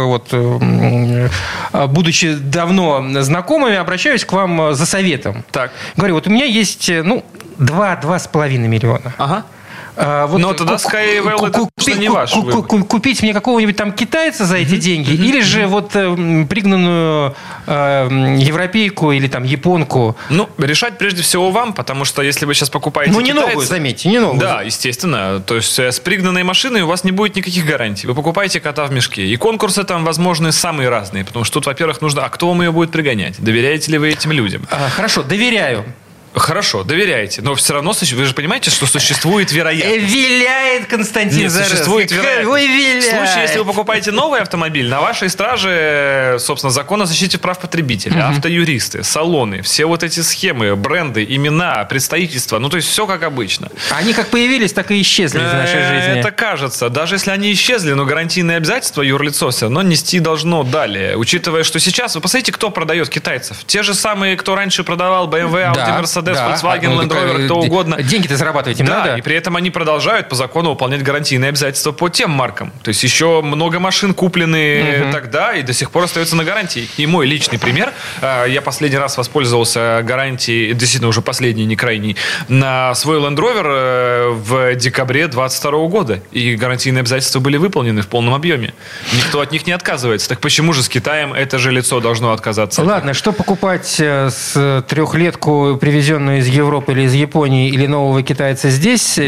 будучи давно знакомыми, обращаюсь к вам за советом. Так. Говорю, вот у меня есть, 2,5 миллиона. Ага. Но тогда Skywell это не ваш выбор. Купить мне какого-нибудь там китайца за эти деньги, или же вот пригнанную европейку или там японку. Решать прежде всего вам, потому что если вы сейчас покупаете не новую, заметьте, не новую. Да, естественно. То есть с пригнанной машиной у вас не будет никаких гарантий. Вы покупаете кота в мешке. И конкурсы там возможны самые разные, потому что тут, во-первых, нужно, а кто вам ее будет пригонять? Доверяете ли вы этим людям? Хорошо, доверяю. Хорошо, доверяете. Но все равно, вы же понимаете, что существует вероятность. Виляет Константин Зарецкий. Существует вероятность. Ой, виляет. В случае, если вы покупаете новый автомобиль, на вашей страже, собственно, закон о защите прав потребителя, автоюристы, салоны, все вот эти схемы, бренды, имена, представительства, то есть все как обычно. Они как появились, так и исчезли из нашей жизни. Это кажется. Даже если они исчезли, но гарантийные обязательства юрлицо все равно нести должно далее. Учитывая, что сейчас, вы посмотрите, кто продает китайцев. Те же самые, кто раньше продавал BMW, Audi, Mercedes, Mercedes, Volkswagen, Land Rover, кто угодно. Деньги-то зарабатывать им надо. Да, и при этом они продолжают по закону выполнять гарантийные обязательства по тем маркам. То есть еще много машин куплены тогда и до сих пор остаются на гарантии. И мой личный пример. Я последний раз воспользовался гарантией, действительно уже последний, не крайний, на свой Land Rover в декабре 2022 года. И гарантийные обязательства были выполнены в полном объеме. Никто от них не отказывается. Так почему же с Китаем это же лицо должно отказаться? Ладно, что покупать с трехлетку, привезенную из Европы или из Японии, или нового китайца здесь?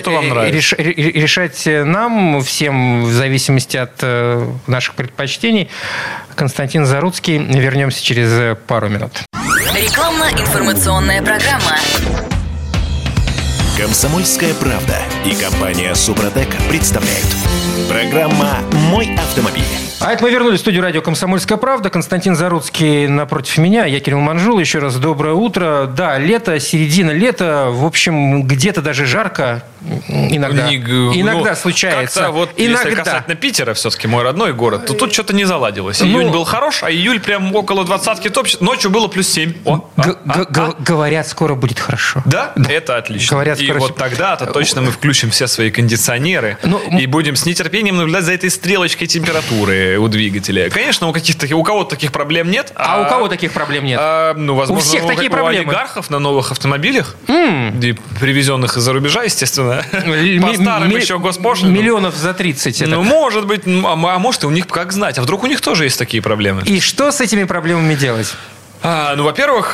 Решать нам, всем, в зависимости от наших предпочтений. Константин Заруцкий. Вернемся через пару минут. Рекламно-информационная программа. «Комсомольская правда» и компания «Супротек» представляют. Программа «Мой автомобиль». А это мы вернулись в студию радио «Комсомольская правда». Константин Заруцкий напротив меня. Я Кирилл Манжул. Еще раз доброе утро. Да, лето, середина лета. В общем, где-то даже жарко. Иногда случается. Как-то вот, если касательно Питера, все-таки мой родной город, то тут что-то не заладилось. Июнь был хорош, а июль прям около 20-ки топчет. Ночью было +7. Говорят, скоро будет хорошо. Да? Это отлично. Говорят, и вот тогда-то точно мы включим все свои кондиционеры и будем с нетерпением наблюдать за этой стрелочкой температуры у двигателя. Конечно, у кого-то таких проблем нет. А у кого таких проблем нет? Возможно, у всех такие проблемы. У олигархов на новых автомобилях, привезенных из-за рубежа, естественно. По старым еще госпошлинам. Миллионов за 30. Может быть. А может, и у них, как знать. А вдруг у них тоже есть такие проблемы? И что с этими проблемами делать? Во-первых,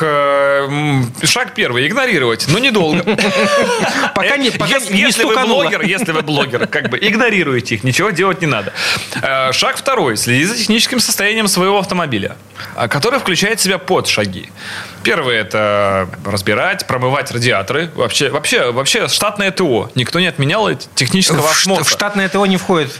шаг первый – игнорировать, но недолго. Пока не стукануло. Если вы блогер, как бы игнорируете их, ничего делать не надо. Шаг второй – следить за техническим состоянием своего автомобиля, который включает в себя подшаги. Первое – это разбирать, промывать радиаторы. Вообще штатное ТО. Никто не отменял технического осмотра. В штатное ТО не входит.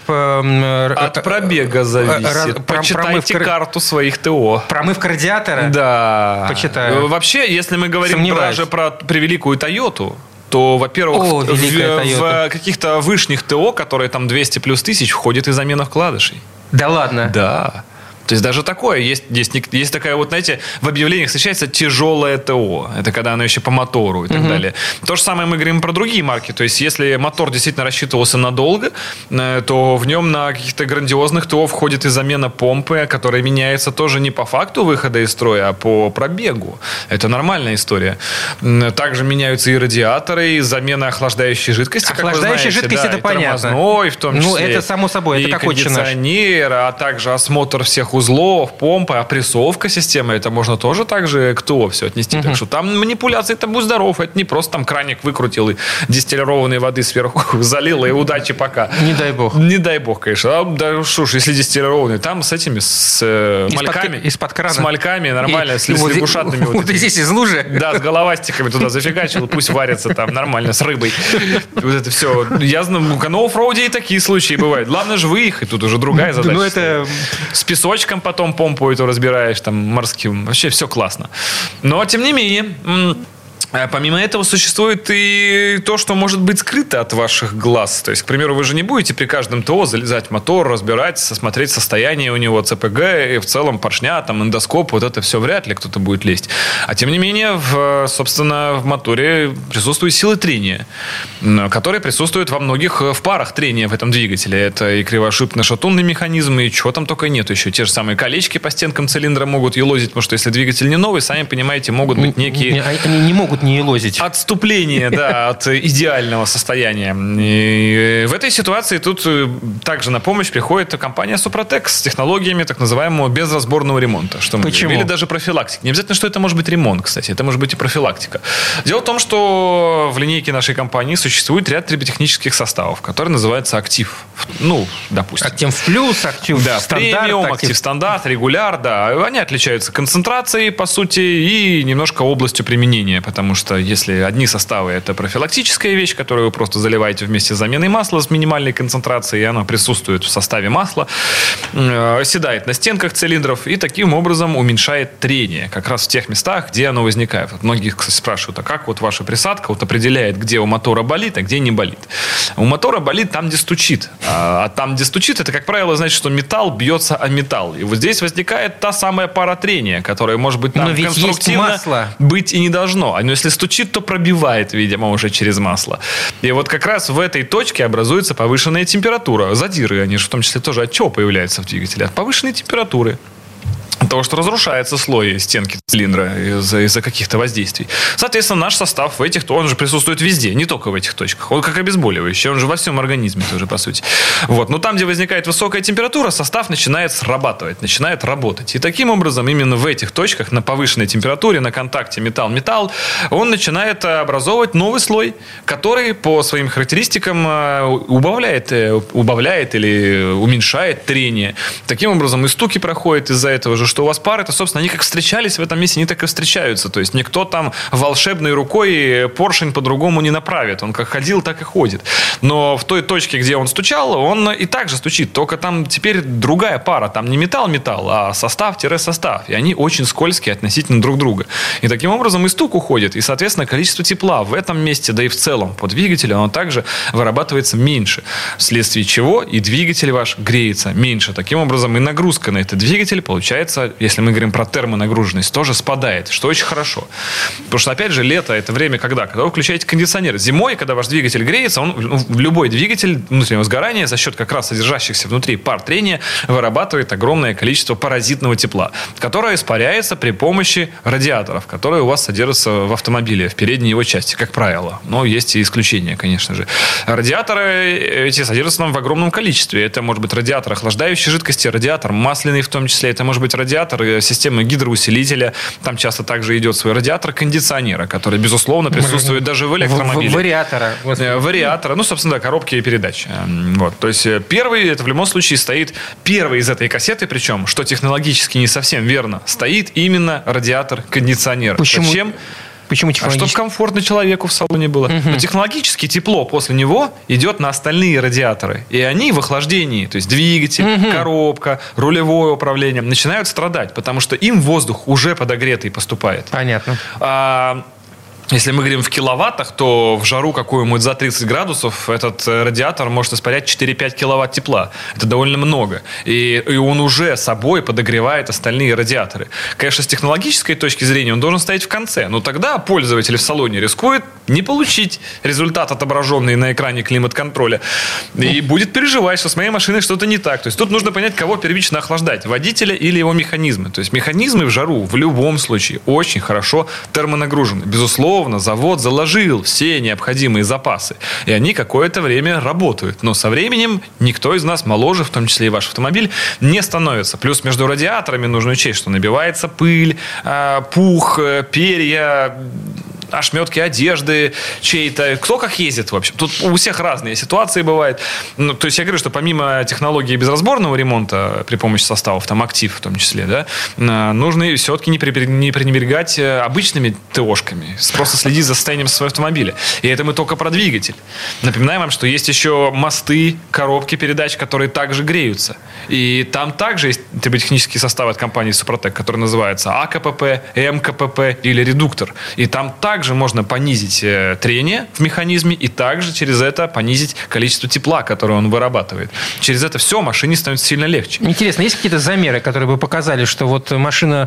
От пробега зависит. Почитайте карту своих ТО. Промывка радиатора? Да. Почитаю. Вообще, если мы говорим даже про превеликую Тойоту, то, во-первых, в каких-то вышних ТО, которые там 200 плюс тысяч, входит и замена вкладышей. Да ладно? Да. То есть даже такое. Есть такая вот, знаете, в объявлениях встречается тяжелое ТО. Это когда оно еще по мотору и так далее. То же самое мы говорим про другие марки. То есть если мотор действительно рассчитывался надолго, то в нем на каких-то грандиозных ТО входит и замена помпы, которая меняется тоже не по факту выхода из строя, а по пробегу. Это нормальная история. Также меняются и радиаторы, и замена охлаждающей жидкости. Охлаждающая жидкость, это понятно. Тормозной в том числе. Это само собой, это как отче наш. И кондиционер, а также осмотр всех узлов, помпы, опрессовка системы. Это можно тоже так же к ТО все отнести. Так что там манипуляции, там будь здоров. Это не просто там краник выкрутил и дистиллированной воды сверху залил, и удачи пока. Не дай бог. Не дай бог, конечно. Да что ж, если дистиллированный, там с этими, с мальками. Из-под крана. С мальками нормально, с лягушатными. Вот здесь из лужи. Да, с головастиками туда зафигачил, пусть варятся там нормально, с рыбой. Вот это все. Я знаю, на оффроуде и такие случаи бывают. Главное же выехать, тут уже другая задача. Ну это... С песочком потом помпу эту разбираешь, там, морским. Вообще все классно. Но, тем не менее, помимо этого существует и то, что может быть скрыто от ваших глаз. То есть, к примеру, вы же не будете при каждом ТО залезать в мотор, разбирать, смотреть состояние у него, ЦПГ и в целом поршня, там, эндоскоп, вот это все вряд ли кто-то будет лезть. А тем не менее, собственно, в моторе присутствуют силы трения, которые присутствуют во многих в парах трения в этом двигателе. Это и кривошипно-шатунный механизм, и чего там только нет еще. Те же самые колечки по стенкам цилиндра могут елозить, потому что если двигатель не новый, сами понимаете, могут быть некие... Они не могут не елозить. Отступление, да, от идеального состояния. И в этой ситуации тут также на помощь приходит компания Супротек с технологиями так называемого безразборного ремонта. Что мы Почему? Или даже профилактики. Не обязательно, что это может быть ремонт, кстати. Это может быть и профилактика. Дело в том, что в линейке нашей компании существует ряд триботехнических составов, которые называются «Актив». Ну, допустим. «Актив плюс», «Актив стандарт». Премиум, «Актив стандарт», «Регуляр», да. Они отличаются концентрацией, по сути, и немножко областью применения, потому что если одни составы – это профилактическая вещь, которую вы просто заливаете вместе с заменой масла с минимальной концентрацией, и оно присутствует в составе масла, оседает на стенках цилиндров и таким образом уменьшает трение как раз в тех местах, где оно возникает. Вот многие, кстати, спрашивают, а как вот ваша присадка вот определяет, где у мотора болит, а где не болит? У мотора болит там, где стучит. А там, где стучит, это, как правило, значит, что металл бьется о металл. И вот здесь возникает та самая пара трения, которая, может быть, там конструктивно быть и не должно. Но если стучит, то пробивает, видимо, уже через масло. И вот как раз в этой точке образуется повышенная температура. Задиры, они же в том числе тоже от чего появляются в двигателе? От повышенной температуры. От того, что разрушается слой стенки цилиндра из-за каких-то воздействий. Соответственно, наш состав в этих, он же присутствует везде, не только в этих точках. Он как обезболивающий, он же во всем организме тоже, по сути. Вот. Но там, где возникает высокая температура, состав начинает срабатывать, начинает работать. И таким образом, именно в этих точках, на повышенной температуре, на контакте металл-металл, он начинает образовывать новый слой, который по своим характеристикам убавляет или уменьшает трение. Таким образом, и стуки проходят из-за этого же, что у вас пары-то, собственно, они как встречались в этом месте, они так и встречаются. То есть никто там волшебной рукой поршень по-другому не направит. Он как ходил, так и ходит. Но в той точке, где он стучал, он и так же стучит. Только там теперь другая пара. Там не металл-металл, а состав-состав. И они очень скользкие относительно друг друга. И таким образом и стук уходит. И, соответственно, количество тепла в этом месте, да и в целом по двигателю, оно также вырабатывается меньше. Вследствие чего и двигатель ваш греется меньше. Таким образом и нагрузка на этот двигатель получается, если мы говорим про термонагруженность, тоже спадает, что очень хорошо. Потому что, опять же, лето – это время когда? Когда вы включаете кондиционер. Зимой, когда ваш двигатель греется, любой двигатель внутреннего сгорания за счет как раз содержащихся внутри пар трения вырабатывает огромное количество паразитного тепла, которое испаряется при помощи радиаторов, которые у вас содержатся в автомобиле, в передней его части, как правило. Но есть и исключения, конечно же. Радиаторы эти содержатся там в огромном количестве. Это может быть радиатор охлаждающей жидкости, радиатор масляный в том числе, это может быть радиатор системы гидроусилителя. Там часто также идет свой радиатор кондиционера, который, безусловно, присутствует даже в электромобиле. Вариатора. Ну, собственно, да, коробки передач. Вот. То есть первый, это в любом случае стоит первый из этой кассеты, причем, что технологически не совсем верно, стоит именно радиатор кондиционера. Почему? Зачем? Почему технологически? Чтобы комфортно человеку в салоне было. Но технологически тепло после него идет на остальные радиаторы. И они в охлаждении, то есть двигатель, коробка, рулевое управление, начинают страдать, потому что им воздух уже подогретый поступает. Понятно. Если мы говорим в киловаттах, то в жару какую-нибудь за 30 градусов этот радиатор может испарять 4-5 киловатт тепла. Это довольно много. И он уже собой подогревает остальные радиаторы. Конечно, с технологической точки зрения он должен стоять в конце. Но тогда пользователь в салоне рискует не получить результат, отображенный на экране климат-контроля. И будет переживать, что с моей машиной что-то не так. То есть тут нужно понять, кого первично охлаждать. Водителя или его механизмы. То есть механизмы в жару в любом случае очень хорошо термонагружены. Безусловно, завод заложил все необходимые запасы. И они какое-то время работают. Но со временем никто из нас моложе, в том числе и ваш автомобиль, не становится. Плюс между радиаторами нужно учесть, что набивается пыль, пух, перья, ошметки одежды чьей-то. Кто как ездит, в общем. Тут у всех разные ситуации бывают. Ну, то есть я говорю, что помимо технологии безразборного ремонта при помощи составов, там актив в том числе, да, нужно все-таки не пренебрегать обычными ТОшками. Просто следить за состоянием своего автомобиля. И это мы только про двигатель. Напоминаем вам, что есть еще мосты, коробки передач, которые также греются. И там также есть триботехнический состав от компании Супротек, который называется АКПП, МКПП или редуктор. И там также можно понизить трение в механизме и также через это понизить количество тепла, которое он вырабатывает. Через это все машине становится сильно легче. Интересно, есть какие-то замеры, которые бы показали, что вот машина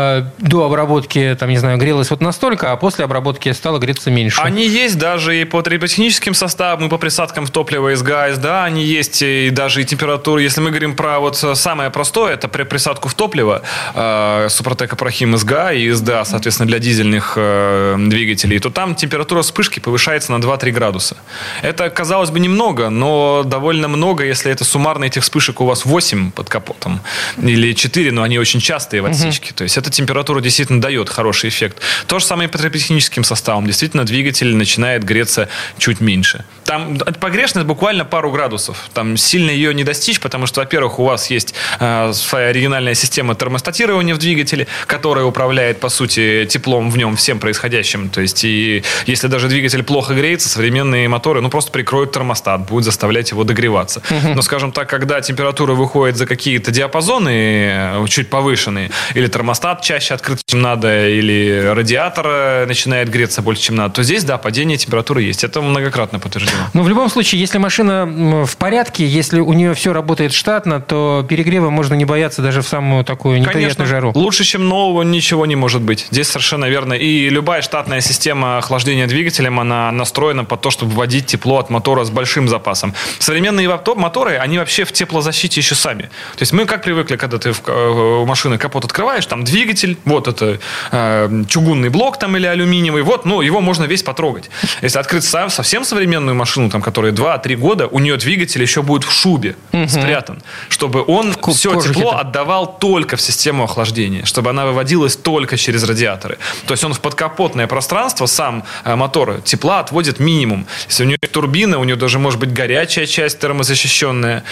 до обработки, там, не знаю, грелась вот настолько, а после обработки стала греться меньше? Они есть даже и по триботехническим составам, и по присадкам в топливо из ГАИС, да, они есть и даже и температуры. Если мы говорим про вот самое простое, это присадку в топливо, Супротек Апрахим СГА и СДА, соответственно, для дизельных двигателей, то там температура вспышки повышается на 2-3 градуса. Это, казалось бы, немного, но довольно много, если это суммарно этих вспышек у вас 8 под капотом или 4, но они очень частые в отсечке. То есть эта температура действительно дает хороший эффект. То же самое и по триботехническим составам. Действительно, двигатель начинает греться чуть меньше. Там погрешность буквально пару градусов. Там сильно ее не достичь, потому что, во-первых, у вас есть своя оригинальная система термостатирования в двигателе, которая управляет, по сути, теплом в нем, всем происходящим. То есть, и если даже двигатель плохо греется, современные моторы, просто прикроют термостат, будут заставлять его догреваться. Но, скажем так, когда температура выходит за какие-то диапазоны чуть повышенные, или термостат чаще открыт, чем надо, или радиатор начинает греться больше, чем надо, то здесь, да, падение температуры есть. Это многократно подтверждено. Но в любом случае, если машина в порядке, если у нее все работает штатно, то перегрева можно не бояться даже в самую такую неприятную жару. Лучше, чем нового, ничего не может быть. Здесь совершенно верно. И любая штатная система охлаждения двигателем, она настроена под то, чтобы вводить тепло от мотора с большим запасом. Современные моторы, они вообще в теплозащите еще сами. То есть мы как привыкли, когда ты у машины капот открываешь, там двигатель, вот это чугунный блок там или алюминиевый, вот, ну, его можно весь потрогать. Если открыть совсем современную машину, там, которая 2-3 года, у нее двигатель еще будет в шубе спрятан, чтобы он все тепло отдавал только в систему охлаждения, чтобы она выводилась только через радиаторы. То есть он в подкапотное пространство, сам мотор, тепла отводит минимум. Если у нее турбина, у нее даже может быть горячая часть термозащищенная,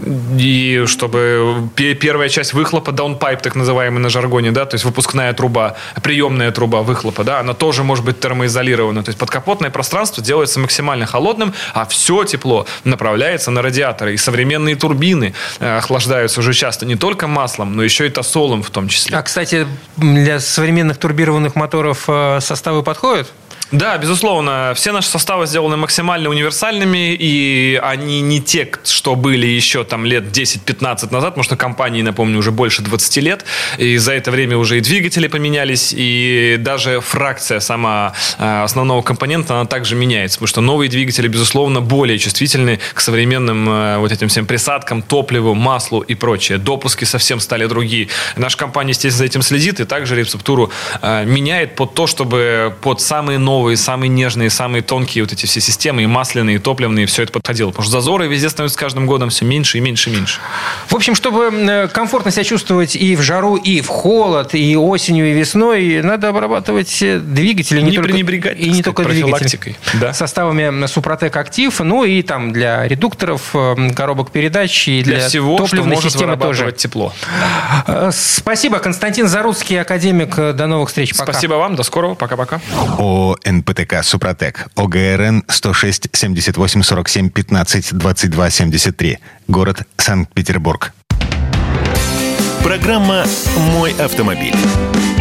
и чтобы первая часть выхлопа, даунпайп так называемый на жаргоне, да, то есть выпускная труба, приемная труба выхлопа, да, она тоже может быть термоизолирована. То есть подкапотное пространство делается максимально холодным, а все тепло направляется на радиаторы. И современные турбины охлаждаются уже часто не только маслом, но еще и тосолом в том числе. А, кстати, для современных турбированных моторов составы подходят? Да, безусловно. Все наши составы сделаны максимально универсальными, и они не те, что были еще там лет 10-15 назад, потому что компании, напомню, уже больше 20 лет, и за это время уже и двигатели поменялись, и даже фракция сама основного компонента, она также меняется, потому что новые двигатели, безусловно, более чувствительны к современным вот этим всем присадкам, топливу, маслу и прочее. Допуски совсем стали другие. Наша компания, естественно, за этим следит, и также рецептуру меняет под то, чтобы под самые новые, самые нежные, самые тонкие вот эти все системы, и масляные, и топливные, все это подходило. Потому что зазоры везде становятся с каждым годом все меньше и меньше и меньше. В общем, чтобы комфортно себя чувствовать и в жару, и в холод, и осенью, и весной, надо обрабатывать двигатели. Не пренебрегать, и не только профилактикой. Да. Составами Супротек Актив, ну и там для редукторов, коробок передач, и для всего, топливной что системы тоже. Тепло. Спасибо. Константин Заруцкий, академик. До новых встреч. Пока. Спасибо вам. До скорого. Пока-пока. ООО НПТК «Супротек». ОГРН 106 78 47 15 22 73. Город Санкт-Петербург. Программа «Мой автомобиль».